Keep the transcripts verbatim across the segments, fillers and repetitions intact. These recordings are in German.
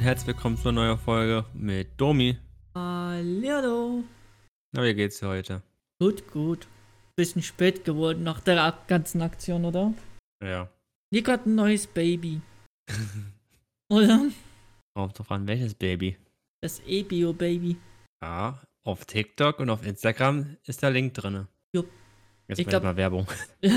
herzlich willkommen zu einer neuen Folge mit Domi. Hallo. Na, wie geht's dir heute? Gut, gut. Bisschen spät geworden nach der ak- ganzen Aktion, oder? Ja. Nico hat ein neues Baby, oder? Kommt drauf an, welches Baby? Das E-Bio-Baby. Ja, auf TikTok und auf Instagram ist der Link drin. Jupp. Jetzt Ich ich glaub- mal Werbung.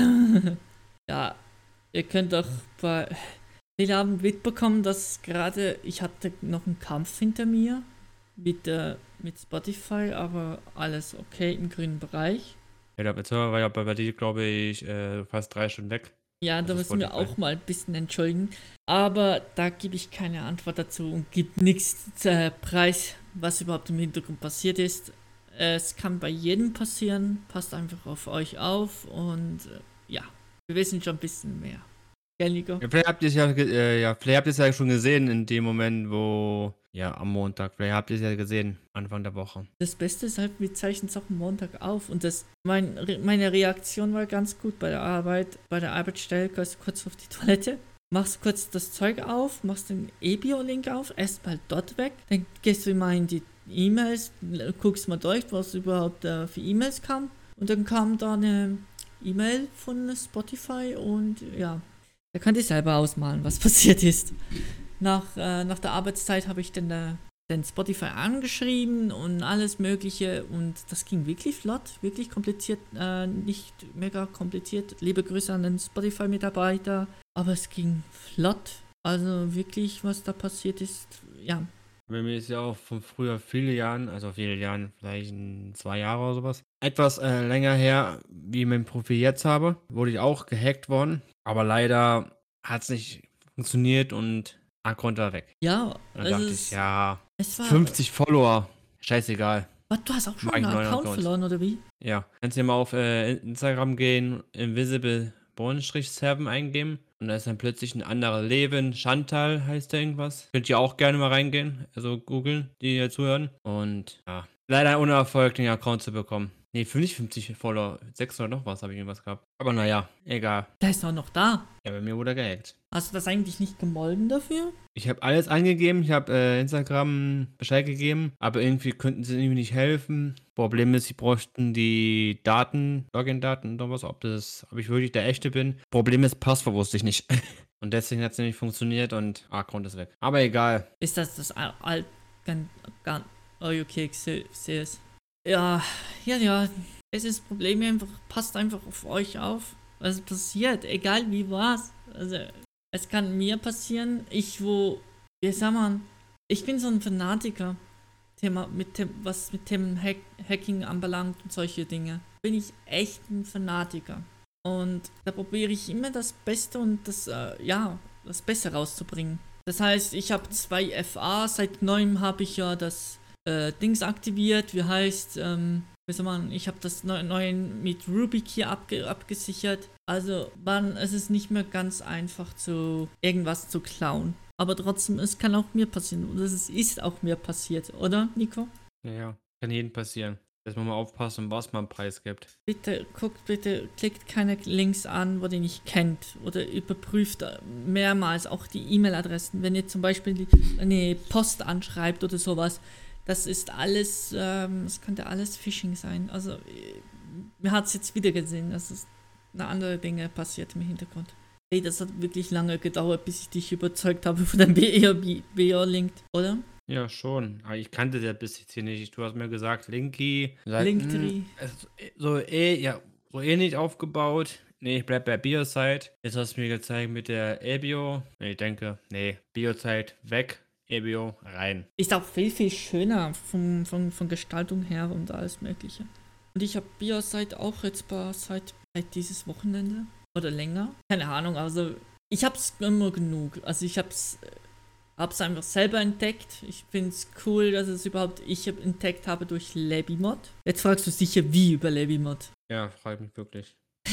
Ja, ihr könnt doch bei... Wir haben mitbekommen, dass gerade... Ich hatte noch einen Kampf hinter mir mit, äh, mit Spotify, aber alles okay im grünen Bereich. Ja, der Bezahlung war ja bei, bei dir, glaube ich, äh, fast drei Stunden weg. Ja, da Das ist müssen wir Spotify. auch mal ein bisschen entschuldigen. Aber da gebe ich keine Antwort dazu und gebe nichts äh, preis, was überhaupt im Hintergrund passiert ist. Es kann bei jedem passieren. Passt einfach auf euch auf und äh, ja, wir wissen schon ein bisschen mehr. Gell, Nico? Ja, vielleicht habt ihr es ja, ge- äh, ja, vielleicht habt ihr es ja schon gesehen in dem Moment, wo, ja, am Montag, vielleicht habt ihr es ja gesehen, Anfang der Woche. Das Beste ist halt, wir zeichnen es auch am Montag auf und das, mein, Re- meine Reaktion war ganz gut bei der Arbeit. Bei der Arbeitsstelle gehst du kurz auf die Toilette, machst kurz das Zeug auf, machst den E-Bio-Link auf, erstmal dort weg, dann gehst du mal in die E-Mails, guckst mal durch, was überhaupt äh, für E-Mails kam und dann kam da eine E-Mail von Spotify und ja, da könnt ihr selber ausmalen, was passiert ist. Nach, äh, nach der Arbeitszeit habe ich dann äh, den Spotify angeschrieben und alles Mögliche und das ging wirklich flott, wirklich kompliziert, äh, nicht mega kompliziert. Liebe Grüße an den Spotify-Mitarbeiter, aber es ging flott. Also wirklich, was da passiert ist, ja. Bei mir ist ja auch von früher viele Jahren, also viele Jahren, vielleicht in zwei Jahre oder sowas, etwas äh, länger her, wie ich mein Profil jetzt habe, wurde ich auch gehackt worden. Aber leider hat es nicht funktioniert und Account war weg. Ja, Dann also dachte es, ich, ja, es war... fünfzig Follower, scheißegal. Was, du hast auch schon Mach einen ich einen neuen Account Account. verloren, oder wie? Ja, kannst du mal auf äh, Instagram gehen, Invisible Born-Seven eingeben und da ist dann plötzlich ein anderer Leben, Chantal heißt der irgendwas. Könnt ihr auch gerne mal reingehen, also googeln, die hier zuhören. Und ja, leider ohne Erfolg den Account zu bekommen. Nee, für nicht fünfzig Follower, sechshundert noch was habe ich irgendwas gehabt. Aber naja, egal. Der ist auch noch da. Ja, bei mir wurde er gehackt. Hast du das eigentlich nicht gemolden dafür? Ich habe alles angegeben, ich habe äh, Instagram Bescheid gegeben, aber irgendwie könnten sie irgendwie nicht helfen. Problem ist, sie bräuchten die Daten, Login-Daten oder was, ob das, ob ich wirklich der Echte bin. Problem ist, Passwort wusste ich nicht. Und deswegen hat es nicht funktioniert und Account ist weg. Aber egal. Ist das das Al... Al gan, gan, oh, okay, ich sehe seh es. Ja, ja, ja. Es ist das Problem einfach, passt einfach auf euch auf. Was passiert, egal wie war's. Also, es kann mir passieren, ich wo, wie sag man, ich bin so ein Fanatiker, Thema, mit dem, was mit dem Hack, Hacking anbelangt und solche Dinge. Bin ich echt ein Fanatiker. Und da probiere ich immer das Beste und das, äh, ja, das Beste rauszubringen. Das heißt, ich habe zwei F A, seit neuem habe ich ja das äh, Dings aktiviert, wie heißt, ähm, wie soll man, ich habe das neu, neu mit RubyKey abge, abgesichert. Also, man, es ist nicht mehr ganz einfach, zu irgendwas zu klauen. Aber trotzdem, es kann auch mir passieren. Und es ist auch mir passiert, oder, Nico? Ja, ja, kann jedem passieren. Dass man mal aufpassen, was man preisgibt. Bitte guckt, bitte klickt keine Links an, wo ihr nicht kennt. Oder überprüft mehrmals auch die E-Mail-Adressen. Wenn ihr zum Beispiel eine Post anschreibt oder sowas, das ist alles, ähm, das könnte alles Phishing sein. Also, äh, mir hat es jetzt wieder gesehen, dass es eine andere Dinge passiert im Hintergrund. Hey, das hat wirklich lange gedauert, bis ich dich überzeugt habe von dem B O link, oder? Ja, schon. Aber ich kannte das bis jetzt hier nicht. Du hast mir gesagt, Linky. Sagt, Linktree. hm, es- so eh, ja, so ähnlich aufgebaut. Nee, ich bleib bei Biosite. Jetzt hast du mir gezeigt mit der E-Bio. Ich denke, nee, Biosite weg, E-Bio rein. Ist auch viel, viel schöner von, von, von Gestaltung her und alles Mögliche. Und ich habe Biosite auch jetzt bei, seit, seit dieses Wochenende oder länger. Keine Ahnung, also ich habe es immer genug. Also ich habe es hab's einfach selber entdeckt. Ich finde es cool, dass es überhaupt ich entdeckt habe durch Labimod. Jetzt fragst du sicher, wie über Labimod. Ja, freut mich wirklich.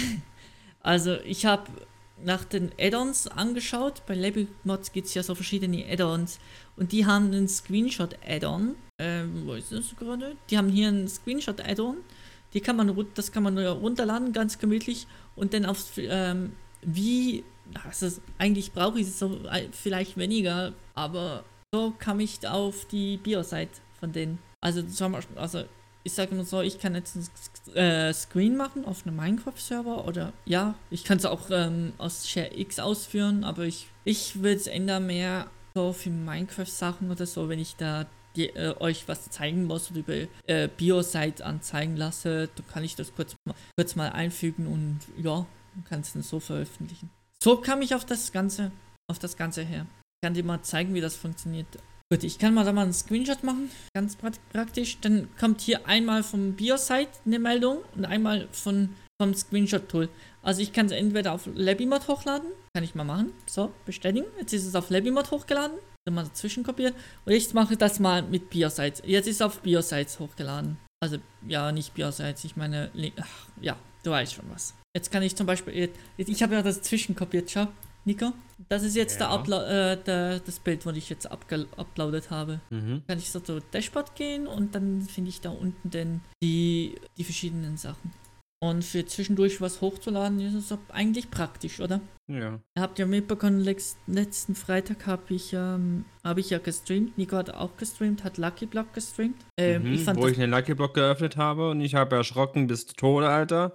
Also ich habe nach den Add-ons angeschaut. Bei Labimods gibt es ja so verschiedene Add-ons. Und die haben einen Screenshot-Add-on. Ähm, wo ist das gerade? Die haben hier einen Screenshot-Add-on. Die kann man, run- das kann man runterladen, ganz gemütlich. Und dann auf ähm, wie, also eigentlich brauche ich es so äh, vielleicht weniger, aber so kam ich auf die Bio-Seite von denen. Also, also ich sage nur so, ich kann jetzt einen äh, Screen machen auf einem Minecraft-Server oder ja, ich kann es auch ähm, aus ShareX ausführen, aber ich, ich würde es ändern mehr so für Minecraft-Sachen oder so, wenn ich da die, äh, euch was zeigen muss oder über äh, Bio-Site anzeigen lasse, dann kann ich das kurz, kurz mal einfügen und ja, kann es dann so veröffentlichen. So kam ich auf das Ganze, auf das Ganze her. Ich kann dir mal zeigen, wie das funktioniert. Gut, ich kann mal da mal einen Screenshot machen, ganz praktisch. Dann kommt hier einmal vom Bio-Site eine Meldung und einmal von, vom Screenshot-Tool. Also ich kann es entweder auf Labimod hochladen, kann ich mal machen, so, bestätigen. Jetzt ist es auf Labimod hochgeladen, dann mal dazwischen kopiert. Und ich mache das mal mit Bio-Sites. Jetzt ist es auf Bio-Sites hochgeladen. Also, ja, nicht Bio-Sites, ich meine, ach, ja, du weißt schon was. Jetzt kann ich zum Beispiel, jetzt, ich habe ja das zwischenkopiert, schau. Nico, das ist jetzt ja. der Uplo- äh, der, das Bild, was ich jetzt uploadet habe. Mhm. Kann ich so zu Dashboard gehen und dann finde ich da unten denn die, die verschiedenen Sachen. Und für zwischendurch was hochzuladen, ist es eigentlich praktisch, oder? Ja. Ihr habt ja mitbekommen, lex- letzten Freitag habe ich, ähm, hab ich ja gestreamt. Nico hat auch gestreamt, hat Lucky Block gestreamt. Ähm, mhm, ich fand wo ich einen Lucky Block geöffnet habe und ich habe erschrocken bis tot, Alter.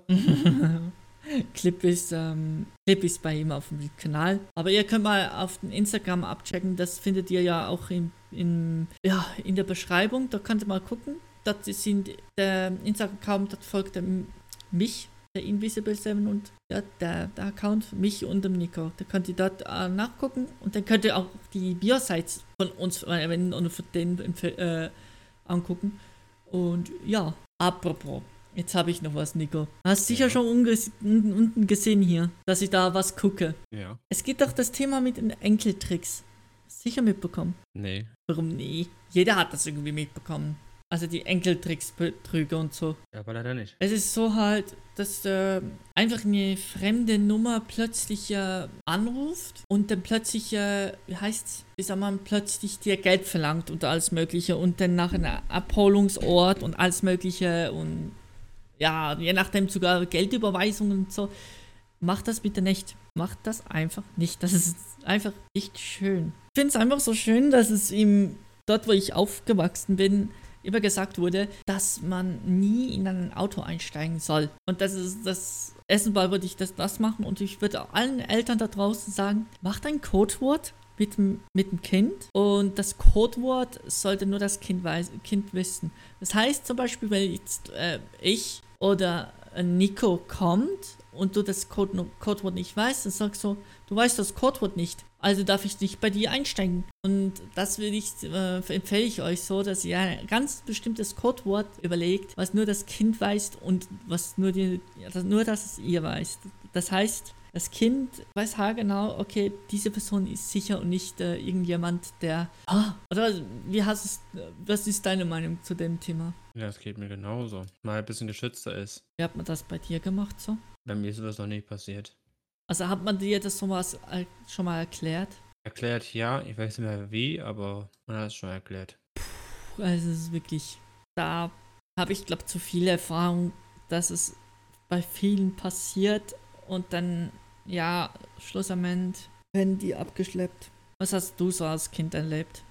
Clip ist, ähm, Clip ist bei ihm auf dem Kanal. Aber ihr könnt mal auf den Instagram abchecken. Das findet ihr ja auch in, in, ja, in der Beschreibung. Da könnt ihr mal gucken. Dort sind der Instagram-Account, dort folgt er mich, der Invisible seven und ja, der, der Account, mich und dem Nico. Da könnt ihr dort äh, nachgucken und dann könnt ihr auch die Bio-Sites von uns verwenden und von denen äh, angucken. Und ja, apropos. Jetzt habe ich noch was, Nico. Hast sicher ja. schon unges- unten gesehen hier, dass ich da was gucke. Ja. Es gibt doch das Thema mit den Enkeltricks. Sicher mitbekommen? Nee. Warum nee? Jeder hat das irgendwie mitbekommen. Also die Enkeltricks-Betrüger und so. Ja, aber leider nicht. Es ist so halt, dass äh, einfach eine fremde Nummer plötzlich äh, anruft und dann plötzlich, äh, wie heißt's, wie sagt man, plötzlich dir Geld verlangt und alles mögliche und dann nach einem Abholungsort und alles mögliche und ja, je nachdem sogar Geldüberweisungen und so. Macht das bitte nicht. Macht das einfach nicht. Das ist einfach nicht schön. Ich finde es einfach so schön, dass es ihm, dort wo ich aufgewachsen bin, immer gesagt wurde, dass man nie in ein Auto einsteigen soll. Und das ist das erste Mal würde ich das, das machen und ich würde allen Eltern da draußen sagen, macht ein Codewort mit dem, mit dem Kind und das Codewort sollte nur das Kind, weiß, kind wissen. Das heißt zum Beispiel, wenn jetzt äh, ich oder Nico kommt und du das Code, Codewort nicht weißt, dann sagst du, du weißt das Codewort nicht, also darf ich nicht bei dir einsteigen. Und das will ich, äh, empfehle ich euch so, dass ihr ein ganz bestimmtes Codewort überlegt, was nur das Kind weiß und was nur, die, nur das ihr weißt. Das heißt, das Kind weiß haargenau, okay, diese Person ist sicher und nicht äh, irgendjemand, der... Ah, oder wie hast es, was ist deine Meinung zu dem Thema? Ja, es geht mir genauso. Mal ein bisschen geschützter ist. Wie hat man das bei dir gemacht so? Bei mir ist sowas noch nicht passiert. Also hat man dir das sowas schon mal erklärt? Erklärt, ja. Ich weiß nicht mehr wie, aber man hat es schon erklärt. Puh, also es ist wirklich... Da habe ich, glaube ich, zu viel Erfahrung, dass es bei vielen passiert und dann, ja, schlussendlich werden die abgeschleppt. Was hast du so als Kind erlebt?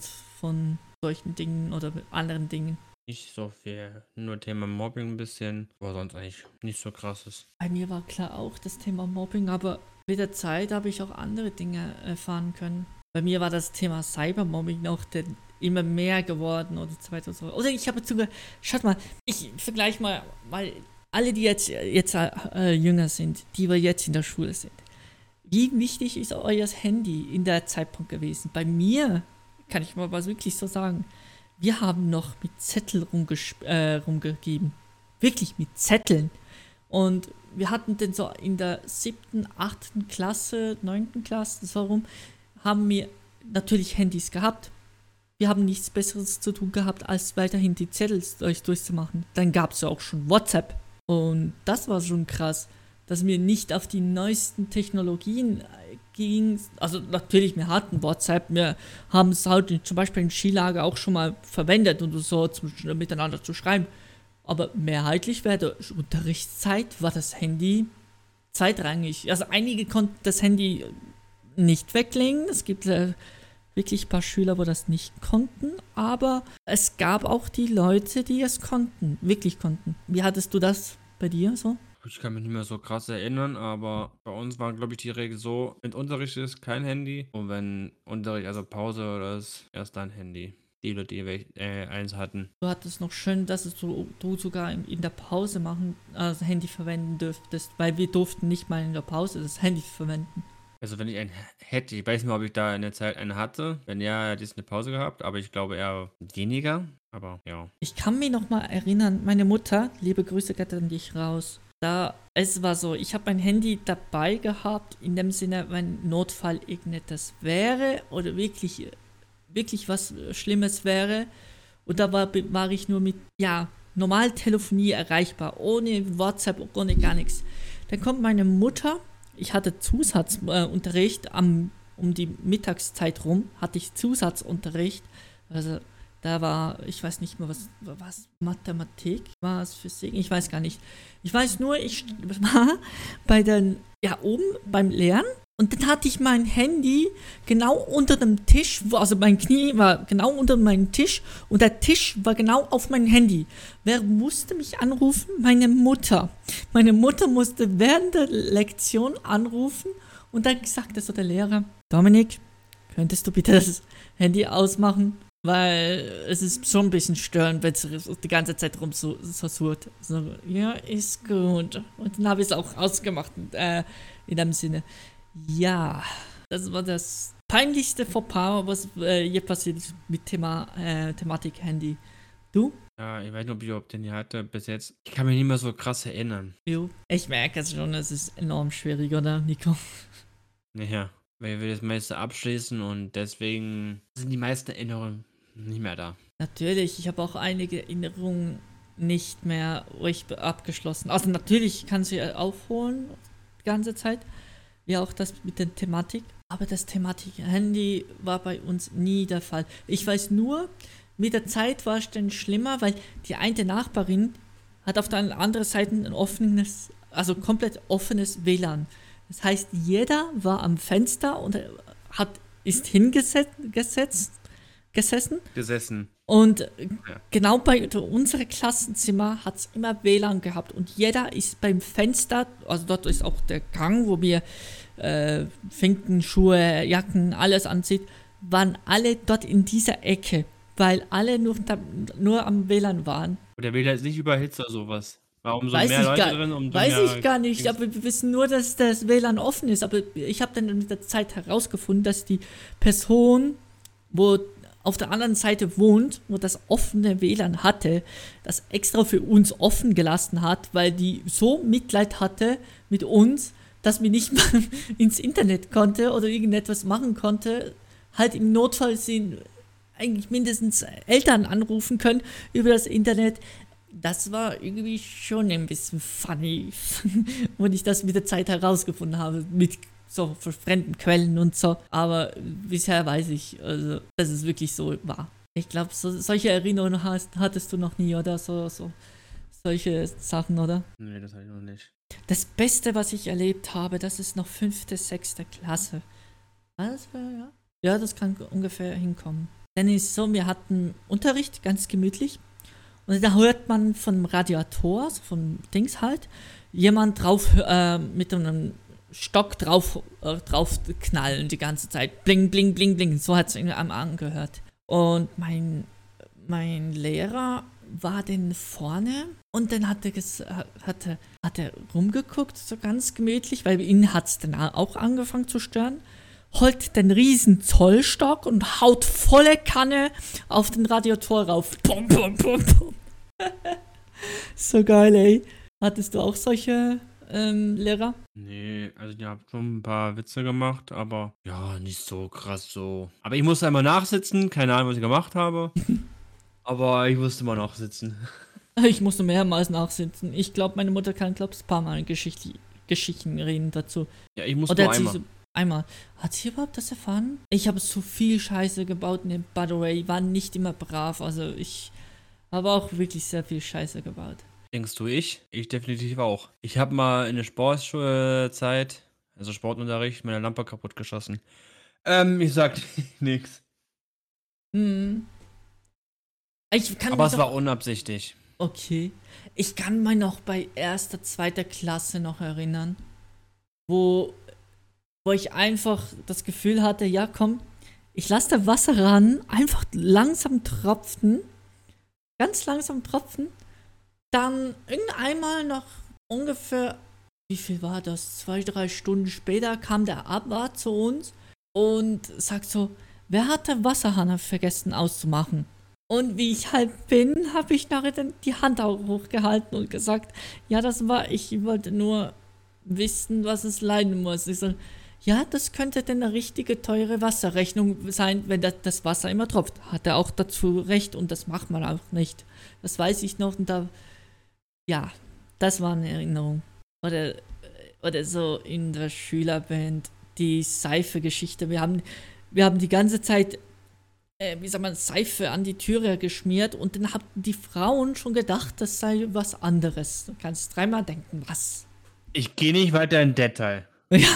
Von solchen Dingen oder anderen Dingen? Nicht so viel. Nur Thema Mobbing ein bisschen, aber sonst eigentlich nicht so krasses. Bei mir war klar auch das Thema Mobbing, aber mit der Zeit habe ich auch andere Dinge erfahren können. Bei mir war das Thema Cybermobbing noch denn immer mehr geworden oder zweitausendsechs. Oder ich habe sogar, schaut mal, ich vergleiche mal, weil alle, die jetzt, jetzt äh, jünger sind, die wir jetzt in der Schule sind. Wie wichtig ist euer Handy in der Zeitpunkt gewesen? Bei mir, kann ich mal was wirklich so sagen, wir haben noch mit Zettel rumges- äh, rumgegeben. Wirklich mit Zetteln. Und wir hatten dann so in der siebten, achten Klasse, neunten Klasse, so rum, haben wir natürlich Handys gehabt. Wir haben nichts Besseres zu tun gehabt, als weiterhin die Zettel durch, durchzumachen. Dann gab es ja auch schon WhatsApp. Und das war schon krass, dass wir nicht auf die neuesten Technologien gingen. Also natürlich, wir hatten WhatsApp, wir haben es halt zum Beispiel im Skilager auch schon mal verwendet und so zum, miteinander zu schreiben. Aber mehrheitlich während der Unterrichtszeit war das Handy zweitrangig. Also einige konnten das Handy nicht weglegen. Es gibt äh, wirklich ein paar Schüler, wo das nicht konnten, aber es gab auch die Leute, die es konnten, wirklich konnten. Wie hattest du das bei dir so? Ich kann mich nicht mehr so krass erinnern, aber bei uns war, glaube ich, die Regel so, wenn Unterricht ist, kein Handy. Und wenn Unterricht, also Pause oder ist, erst dann Handy. Die Leute, die welch- äh, eins hatten. Du hattest noch schön, dass es du, du sogar in, in der Pause machen, also Handy verwenden dürftest, weil wir durften nicht mal in der Pause das Handy verwenden. Also wenn ich einen hätte, ich weiß nicht, ob ich da in der Zeit einen hatte. Wenn ja, hätte ich eine Pause gehabt, aber ich glaube eher weniger. Aber ja. Ich kann mich noch mal erinnern, meine Mutter, liebe Grüße geht an dich raus. Da, es war so, ich habe mein Handy dabei gehabt, in dem Sinne, wenn Notfall irgendetwas wäre oder wirklich, wirklich was Schlimmes wäre. Und da war, war ich nur mit, ja, normal Telefonie erreichbar, ohne WhatsApp, ohne gar nichts. Dann kommt meine Mutter, ich hatte Zusatzunterricht, äh, am, um die Mittagszeit rum, hatte ich Zusatzunterricht, also da war, ich weiß nicht mehr, was, was Mathematik, war es Physik, ich weiß gar nicht. Ich weiß nur, ich war bei den, ja, oben beim Lernen und dann hatte ich mein Handy genau unter dem Tisch, also mein Knie war genau unter meinem Tisch und der Tisch war genau auf mein Handy. Wer musste mich anrufen? Meine Mutter. Meine Mutter musste während der Lektion anrufen und dann sagte so der Lehrer, Dominik, könntest du bitte das Handy ausmachen? Weil es ist schon ein bisschen störend, wenn es die ganze Zeit rum so, so surrt. So, ja, ist gut. Und dann habe ich es auch ausgemacht, äh, in dem Sinne. Ja, das war das peinlichste Fauxpas, was äh, je passiert ist mit Thema, äh, Thematik Handy. Du? Ja, ich weiß nicht, ob ich überhaupt den hier hatte bis jetzt. Ich kann mich nicht mehr so krass erinnern. Jo. Ich merke es schon, es ist enorm schwierig, oder, Nico? Naja, weil wir das meiste abschließen und deswegen sind die meisten Erinnerungen nicht mehr da. Natürlich, ich habe auch einige Erinnerungen nicht mehr ruhig abgeschlossen. Also natürlich kann sie aufholen, die ganze Zeit. Wie auch das mit der Thematik. Aber das Thematik Handy war bei uns nie der Fall. Ich weiß nur, mit der Zeit war es dann schlimmer, weil die eine Nachbarin hat auf der anderen Seite ein offenes, also komplett offenes W L A N. Das heißt, jeder war am Fenster und hat, ist hingesetzt, gesetzt, gesessen. Gesessen. Und Ja. genau bei unserem Klassenzimmer hat es immer W L A N gehabt. Und jeder ist beim Fenster, also dort ist auch der Gang, wo wir äh, Finken, Schuhe, Jacken, alles anzieht, waren alle dort in dieser Ecke, weil alle nur, da, nur am W L A N waren. Und der W L A N ist nicht überhitzt oder sowas. Warum so Weiß mehr ich Leute gar, drin? Umso weiß mehr ich gar nicht, Dings. aber wir wissen nur, dass das W L A N offen ist. Aber ich habe dann mit der Zeit herausgefunden, dass die Person, wo auf der anderen Seite wohnt, wo das offene W L A N hatte, das extra für uns offen gelassen hat, weil die so Mitleid hatte mit uns, dass wir nicht mal ins Internet konnte oder irgendetwas machen konnte. Halt im Notfall sind eigentlich mindestens Eltern anrufen können über das Internet. Das war irgendwie schon ein bisschen funny, wenn ich das mit der Zeit herausgefunden habe, mit so fremden Quellen und so. Aber bisher weiß ich, also, dass es wirklich so war. Ich glaube, so, solche Erinnerungen hast, hattest du noch nie, oder? So, so, solche Sachen, oder? Nee, das hatte ich noch nicht. Das Beste, was ich erlebt habe, das ist noch fünfte, sechste Klasse. Was? Ja? Ja, das kann ungefähr hinkommen. Dann ist es so, wir hatten Unterricht, ganz gemütlich. Und da hört man vom Radiator, so vom Dings halt, jemand drauf äh, mit einem Stock drauf, äh, drauf knallen die ganze Zeit. Bling, bling, bling, bling. So hat es am angehört. Und mein, mein Lehrer war dann vorne und dann hat er, ges- hat, er, hat er rumgeguckt, so ganz gemütlich, weil ihn hat es dann auch angefangen zu stören. Holt den riesen Zollstock und haut volle Kanne auf den Radiator rauf. Bum, bum, bum, bum. So geil, ey. Hattest du auch solche ähm, Lehrer? Nee, also ich habe schon ein paar Witze gemacht, aber ja, nicht so krass so. Aber ich musste einmal nachsitzen, keine Ahnung, was ich gemacht habe. Aber ich musste mal nachsitzen. Ich musste mehrmals nachsitzen. Ich glaube, meine Mutter kann, glaube ich, ein paar Mal Geschichte, Geschichten reden dazu. Ja, ich musste Oder nur hat sie einmal. so einmal. Hat sie überhaupt das erfahren? Ich habe so viel Scheiße gebaut, ne, by the way. War nicht immer brav. Also ich habe auch wirklich sehr viel Scheiße gebaut. Denkst du ich? Ich definitiv auch. Ich habe mal in der Sportschulzeit, also Sportunterricht, meine Lampe kaputt geschossen. Ähm, ich sag nix. Hm. Ich kann Aber mich es war noch, unabsichtlich. okay. Ich kann mich noch bei erster, zweiter Klasse noch erinnern, wo, wo ich einfach das Gefühl hatte, ja komm, ich lasse da Wasser ran, einfach langsam tropfen, ganz langsam tropfen, dann irgendeinmal noch ungefähr, wie viel war das, zwei, drei Stunden später kam der Abwart zu uns und sagt so, wer hat den Wasserhahn vergessen auszumachen? Und wie ich halt bin, habe ich nachher dann die Hand auch hochgehalten und gesagt, ja, das war ich, ich wollte nur wissen, was es leiden muss. Ich so, ja, das könnte denn eine richtige teure Wasserrechnung sein, wenn das, das Wasser immer tropft. Hat er auch dazu recht und das macht man auch nicht. Das weiß ich noch und da, ja, das war eine Erinnerung. Oder, oder so in der Schülerband, die Seife-Geschichte. Wir haben, wir haben die ganze Zeit, äh, wie sagt man, Seife an die Türe geschmiert und dann haben die Frauen schon gedacht, das sei was anderes. Du kannst dreimal denken, was? Ich gehe nicht weiter in Detail. Ja.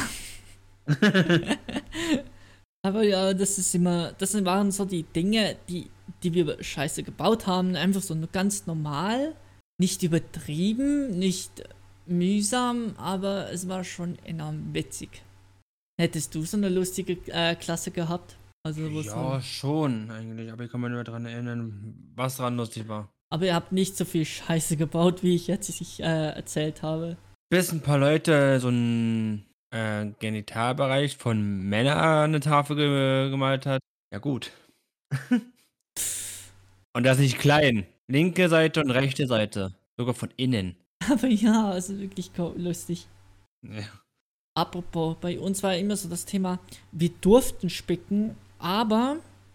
Aber ja, das ist immer, das waren so die Dinge, die, die wir scheiße gebaut haben. Einfach so ganz normal. Nicht übertrieben, nicht mühsam, aber es war schon enorm witzig. Hättest du so eine lustige äh, Klasse gehabt? Also, wo Ja, so, schon eigentlich. Aber ich kann mich nur daran erinnern, was dran lustig war. aber ihr habt nicht so viel Scheiße gebaut, wie ich jetzt ich, äh, erzählt habe. Bis ein paar Leute so einen äh, Genitalbereich von Männern an eine Tafel ge gemalt hat. Ja, gut. Und das nicht klein. Linke Seite und rechte Seite. Sogar von innen. Aber ja, also wirklich ko- lustig. Ja. Apropos, bei uns war immer so das Thema, wir durften spicken, aber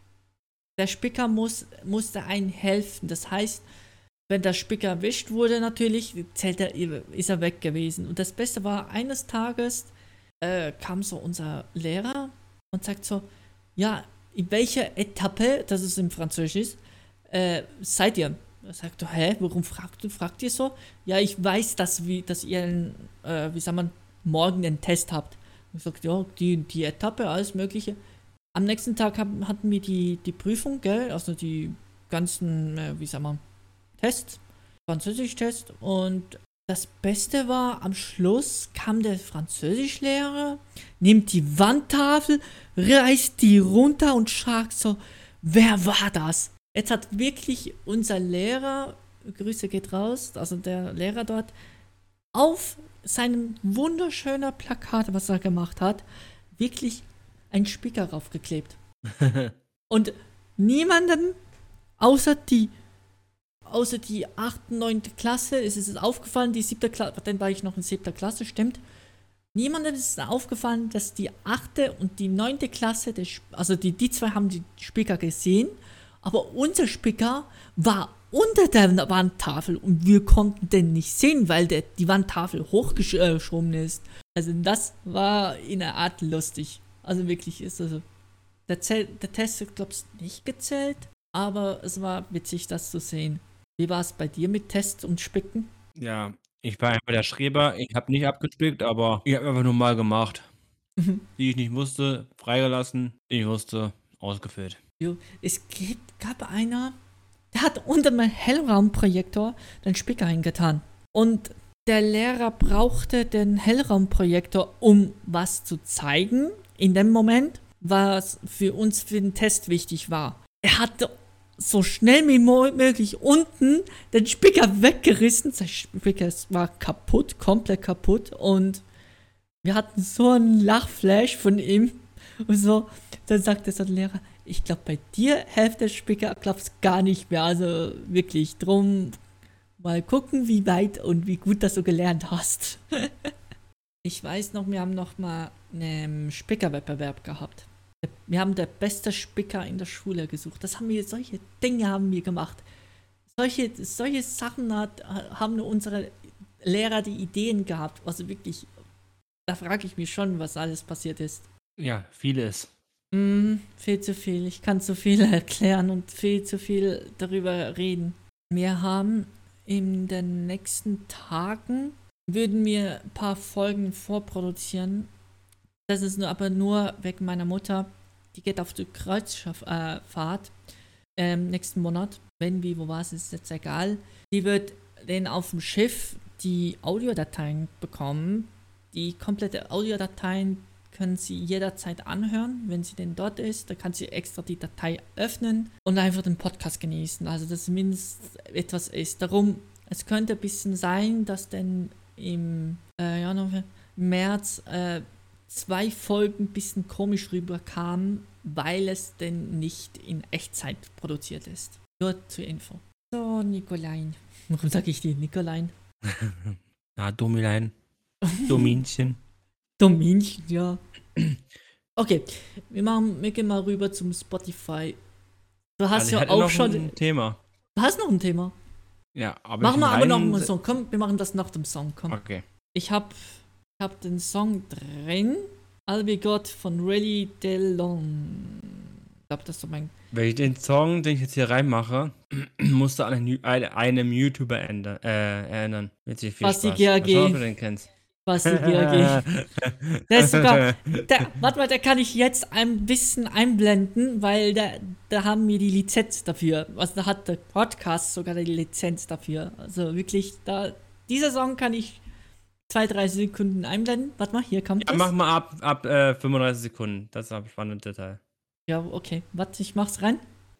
der Spicker muss, musste einen helfen. Das heißt, wenn der Spicker erwischt wurde, natürlich, zählt er, ist er weg gewesen. Und das Beste war, eines Tages äh, kam so unser Lehrer und sagt so, ja, in welcher Etappe, das ist im Französisch, äh, seid ihr? Er sagt so, hä, warum fragt, fragt ihr so? Ja, ich weiß, dass, wir, dass ihr, einen, äh, wie sagt man, morgen einen Test habt. Ich sag, ja, die, die Etappe, alles Mögliche. Am nächsten Tag haben, hatten wir die, die Prüfung, gell, also die ganzen, äh, wie sagt man, Tests, Französisch-Test und das Beste war, am Schluss kam der Französischlehrer, nimmt die Wandtafel, reißt die runter und fragt so, wer war das? Jetzt hat wirklich unser Lehrer, Grüße geht raus, also der Lehrer dort, auf seinem wunderschönen Plakat, was er gemacht hat, wirklich einen Spicker raufgeklebt. Und niemandem, außer die außer die achte, neunte Klasse, ist es aufgefallen, die siebte Klasse, dann war ich noch in siebter Klasse, stimmt. Niemandem ist aufgefallen, dass die achte und die neunte Klasse, der, also die, die zwei haben die Spicker gesehen, aber unser Spicker war unter der Wandtafel und wir konnten den nicht sehen, weil der, die Wandtafel hochgeschoben ist. Also das war in einer Art lustig. Also wirklich ist also der, Zähl, der Test ist, glaube ich, nicht gezählt, aber es war witzig, das zu sehen. Wie war es bei dir mit Tests und Spicken? Ja, ich war einfach der Streber. Ich habe nicht abgespickt, aber ich habe einfach nur mal gemacht. Die ich nicht wusste, freigelassen. Die ich wusste, ausgefüllt. Jo, es gibt, gab einer, der hat unter meinem Hellraumprojektor den Spicker hingetan. Und der Lehrer brauchte den Hellraumprojektor, um was zu zeigen, in dem Moment, was für uns für den Test wichtig war. Er hatte so schnell wie möglich unten den Spicker weggerissen. Der Spicker war kaputt, komplett kaputt. Und wir hatten so einen Lachflash von ihm. Und so, dann sagte der Lehrer, ich glaube, bei dir hilft der Spicker, glaubst gar nicht mehr. Also wirklich, drum mal gucken, wie weit und wie gut das du gelernt hast. Ich weiß noch, wir haben noch mal einen Spickerwettbewerb gehabt. Wir haben der beste Spicker in der Schule gesucht. Das haben wir, solche Dinge haben wir gemacht. Solche, solche Sachen hat, haben unsere Lehrer die Ideen gehabt. Also wirklich, da frage ich mich schon, was alles passiert ist. Ja, vieles. Mm, viel zu viel. Ich kann zu viel erklären und viel zu viel darüber reden. Wir haben in den nächsten Tagen, würden wir ein paar Folgen vorproduzieren. Das ist nur, aber nur wegen meiner Mutter. die geht auf die Kreuzfahrt äh, Fahrt, ähm, nächsten Monat. Wenn, wie, wo, was, ist jetzt egal. Die wird dann auf dem Schiff die Audiodateien bekommen. Die komplette Audiodateien können sie jederzeit anhören, wenn sie denn dort ist. Da kann sie extra die Datei öffnen und einfach den Podcast genießen. Also, dass zumindest etwas ist. Darum, es könnte ein bisschen sein, dass dann im äh, Januar, März äh, zwei Folgen ein bisschen komisch rüberkamen, weil es denn nicht in Echtzeit produziert ist. Nur zur Info. So, Nikolein. Warum sage ich dir Nikolein? Na, Domilein. Dominchen. Dominchen, ja. Okay, wir, machen, wir gehen mal rüber zum Spotify. Du hast Also ich ja hatte auch noch schon... ein Thema. Du hast noch ein Thema. Ja, aber Machen ich wir aber noch rein- einen Song. Komm, wir machen das nach dem Song. Komm. Okay. Ich hab, ich hab den Song drin. All We Got von Really DeLong. Ich glaube, das ist so mein... Wenn ich den Song, den ich jetzt hier reinmache, musste an einen, eine- einem YouTuber änder, äh, erinnern. Mit sich viel Basti Spaß. G A G. Mal schauen, ob du den kennst. Basti G A G. Der ist sogar... Der, warte mal, da kann ich jetzt ein bisschen einblenden, weil da, da haben wir die Lizenz dafür. Also da hat der Podcast sogar die Lizenz dafür. Also wirklich, da... Dieser Song kann ich zwei, drei Sekunden einblenden. Warte mal, hier kommt Ja, das. mach mal ab, ab äh, fünfunddreißig Sekunden. Das ist ein spannendes Detail. Ja, okay. Warte, ich mach's rein.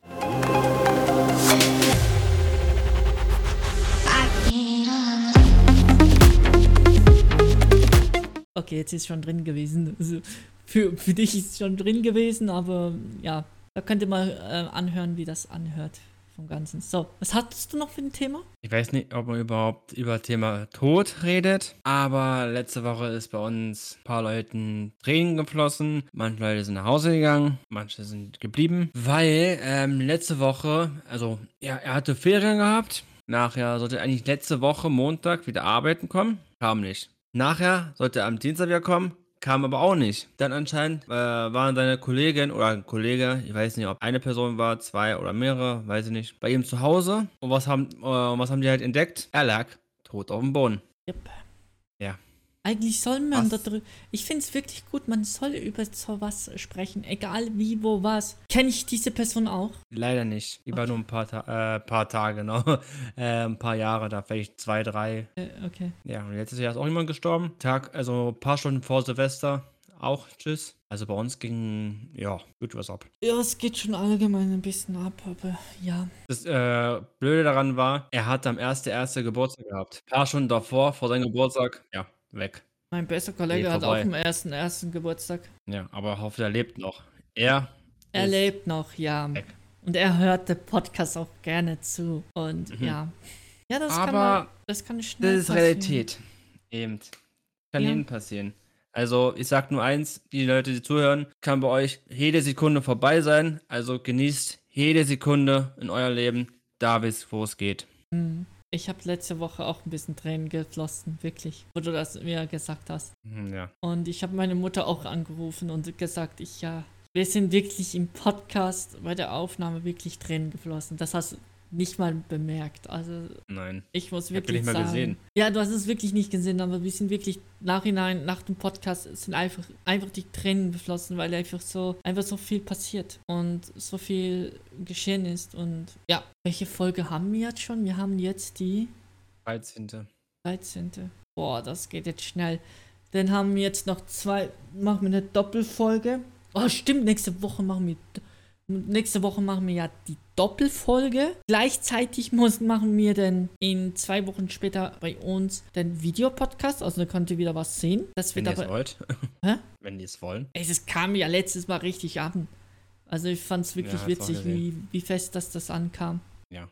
Okay, jetzt ist schon drin gewesen. Also für, für dich ist es schon drin gewesen, aber ja, da könnt ihr mal äh, anhören, wie das anhört vom Ganzen. So, was hattest du noch für ein Thema? Ich weiß nicht, ob man überhaupt über Thema Tod redet, aber letzte Woche ist bei uns ein paar Leuten Tränen geflossen. Manche Leute sind nach Hause gegangen, manche sind geblieben, weil ähm, letzte Woche, also ja, er hatte Ferien gehabt. Nachher sollte er eigentlich letzte Woche Montag wieder arbeiten kommen, kam nicht. Nachher sollte er am Dienstag wieder kommen, kam aber auch nicht. Dann anscheinend äh, waren seine Kollegin oder ein Kollege, ich weiß nicht, ob eine Person war, zwei oder mehrere, weiß ich nicht, bei ihm zu Hause. Und was haben, äh, was haben die halt entdeckt? Er lag tot auf dem Boden. Yep. Ja. Eigentlich soll man Was? darüber. Ich finde es wirklich gut, man soll über sowas sprechen, egal wie, wo, was. Kenne ich diese Person auch? Leider nicht. Die war nur ein paar, Ta äh, paar Tage, genau. äh, ein paar Jahre da, vielleicht zwei, drei. Äh, okay. Ja, und jetzt ist ja erst auch jemand gestorben. Tag, also ein paar Stunden vor Silvester. Auch tschüss. Also bei uns ging, ja, gut was ab. Ja, es geht schon allgemein ein bisschen ab, aber ja. Das äh, Blöde daran war, er hat am ersten ersten Geburtstag gehabt. Ein paar Stunden davor, vor seinem Geburtstag, ja, weg. Mein bester Kollege Nee, hat auch vorbei. am ersten ersten Geburtstag. Ja, aber ich hoffe, er lebt noch. Er Er ist lebt noch, ja. weg. Und er hört den Podcast auch gerne zu. Und Mhm. ja. Ja, das kann Aber mal, das kann schnell das ist passieren. Realität. Eben. Kann Ja. jedem passieren. Also, ich sag nur eins, die Leute, die zuhören, kann bei euch jede Sekunde vorbei sein. Also genießt jede Sekunde in euer Leben, da wisst, wo es geht. Mhm. Ich habe letzte Woche auch ein bisschen Tränen geflossen, wirklich, wo du das mir gesagt hast. Mhm, ja. Und ich habe meine Mutter auch angerufen und gesagt, ich ja, wir sind wirklich im Podcast bei der Aufnahme wirklich Tränen geflossen. Das hast du nicht mal bemerkt. Also Nein. ich muss Ich hab ihn wirklich nicht mal sagen. gesehen. Ja, du hast es wirklich nicht gesehen, aber wir sind wirklich nachhinein, nach dem Podcast, sind einfach, einfach die Tränen geflossen, weil einfach so, einfach so viel passiert und so viel geschehen ist. Und ja, welche Folge haben wir jetzt schon? Wir haben jetzt die dreizehnte dreizehnte Boah, das geht jetzt schnell. Dann haben wir jetzt noch zwei, machen wir eine Doppelfolge. Oh, stimmt, nächste Woche machen wir, nächste Woche machen wir ja die Doppelfolge. Gleichzeitig muss, machen wir dann in zwei Wochen später bei uns den Videopodcast, also da könnt ihr wieder was sehen. Das Wenn wird ihr es aber, wollt. Hä? Wenn ihr es wollen. ey, es kam ja letztes Mal richtig an. Also ich fand es wirklich Ja, hat's auch witzig, wie, gesehen. wie fest das das ankam. Ja.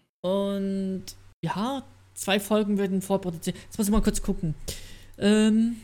Und ja, zwei Folgen werden vorproduziert. Jetzt muss ich mal kurz gucken. Ähm,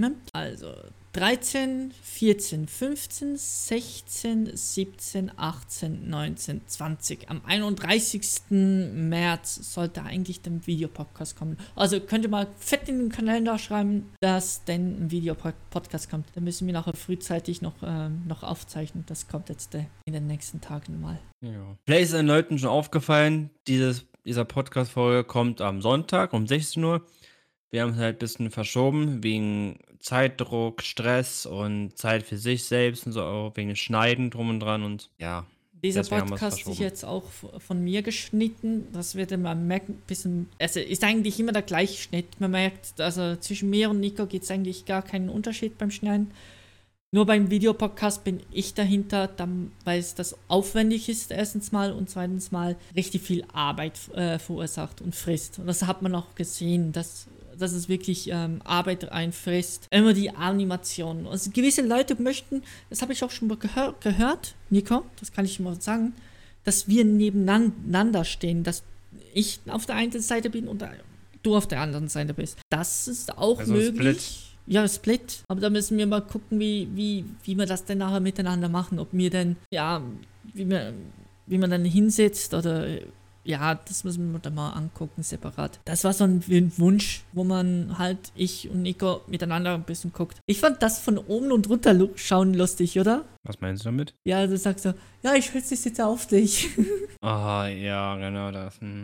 also dreizehn, vierzehn, fünfzehn, sechzehn, siebzehn, achtzehn, neunzehn, zwanzig. Am einunddreißigsten März sollte eigentlich der Videopodcast kommen. Also könnt ihr mal fett in den Kalender schreiben, dass denn ein Videopodcast kommt. Dann müssen wir nachher frühzeitig noch, ähm, noch aufzeichnen. Das kommt jetzt äh, in den nächsten Tagen mal. Ja. Vielleicht ist den Leuten schon aufgefallen, dieses, dieser Podcast-Folge kommt am Sonntag um sechzehn Uhr. Wir haben es halt ein bisschen verschoben wegen Zeitdruck, Stress und Zeit für sich selbst und so, auch wegen Schneiden drum und dran und ja, Dieser deswegen haben wir es Podcast ist verschoben. jetzt auch f- von mir geschnitten. Das wird man merken, bisschen. Also ist eigentlich immer der gleiche Schnitt. Man merkt, also zwischen mir und Nico gibt es eigentlich gar keinen Unterschied beim Schneiden. Nur beim Videopodcast bin ich dahinter, dann, weil es das aufwendig ist, erstens mal und zweitens mal richtig viel Arbeit äh, verursacht und frisst. Und das hat man auch gesehen, dass, dass es wirklich ähm, Arbeit einfrisst. Immer die Animation. Also gewisse Leute möchten, das habe ich auch schon mal gehör gehört, Nico, das kann ich mal sagen, dass wir nebeneinander stehen, dass ich auf der einen Seite bin und du auf der anderen Seite bist. Das ist auch Also möglich. Split. Ja, Split. Aber da müssen wir mal gucken, wie, wie, wie wir das denn nachher miteinander machen. Ob wir denn, ja, wie wir, wie man dann hinsetzt oder, ja, das müssen wir dann mal angucken, separat. Das war so ein Wunsch, wo man halt, ich und Nico miteinander ein bisschen guckt. Ich fand das von oben und runter lu- schauen lustig, oder? Was meinst du damit? Ja, du sagst so, ja, ich schätze dich jetzt auf dich. Ah, ja, genau das. Hm.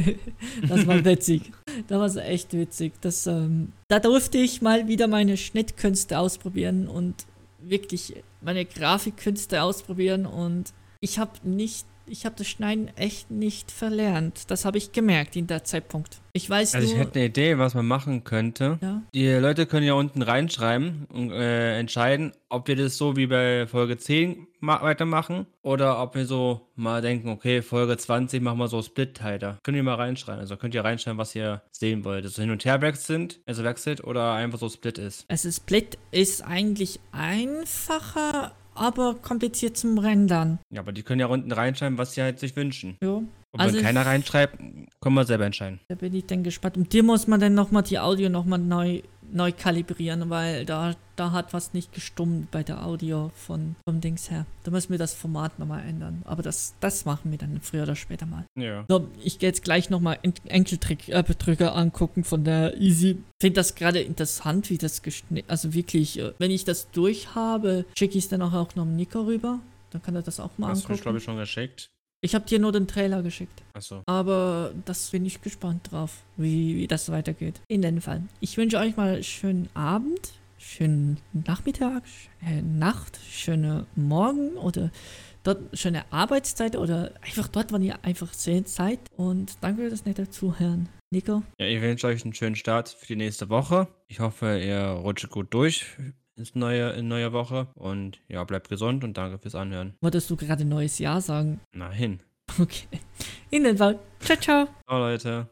Das war witzig. Das war so echt witzig. Das, ähm, da durfte ich mal wieder meine Schnittkünste ausprobieren und wirklich meine Grafikkünste ausprobieren und ich habe nicht, ich habe das Schneiden echt nicht verlernt. Das habe ich gemerkt in der Zeitpunkt. Ich weiß Also ich nur, hätte eine Idee, was man machen könnte. ja, Die Leute können ja unten reinschreiben und äh, entscheiden, ob wir das so wie bei Folge zehn ma weitermachen oder ob wir so mal denken, okay, Folge zwanzig machen wir so Split-Teile. Könnt ihr mal reinschreiben. Also könnt ihr reinschreiben, was ihr sehen wollt. Also hin und her wechselt, also wechselt oder einfach so Split ist. also Split ist eigentlich einfacher, aber kompliziert zum Rendern. Ja, aber die können ja unten reinschreiben, was sie halt sich wünschen. Ja. Und Also wenn keiner reinschreibt, können wir selber entscheiden. Da bin ich dann gespannt. Und dir muss man dann nochmal die Audio nochmal neu, neu kalibrieren, weil da, da hat was nicht gestummt bei der Audio von, vom Dings her. Da müssen wir das Format nochmal ändern. Aber das, das machen wir dann früher oder später mal. Ja. So, ich gehe jetzt gleich nochmal Enkeltrick-Betrüger angucken von der Easy. Ich finde das gerade interessant, wie das geschnitten. Also wirklich, äh, wenn ich das durch habe, schicke ich es dann auch, auch noch Nico rüber. Dann kann er das auch mal Hast du mich, glaube angucken. ich, schon geschickt. Ich habe dir nur den Trailer geschickt. Achso. Aber das bin ich gespannt drauf, wie, wie das weitergeht. In dem Fall. Ich wünsche euch mal einen schönen Abend, schönen Nachmittag, schöne Nacht, schöne Morgen oder dort schöne Arbeitszeit oder einfach dort, wann ihr einfach seid. Und danke für das nette Zuhören. Nico? Ja, ich wünsche euch einen schönen Start für die nächste Woche. Ich hoffe, ihr rutscht gut durch ins neue, in neue Woche. Und ja, bleibt gesund und danke fürs Anhören. Wolltest du gerade neues Jahr sagen? Nein. Okay. In dem Fall. Ciao, ciao. Ciao, Leute.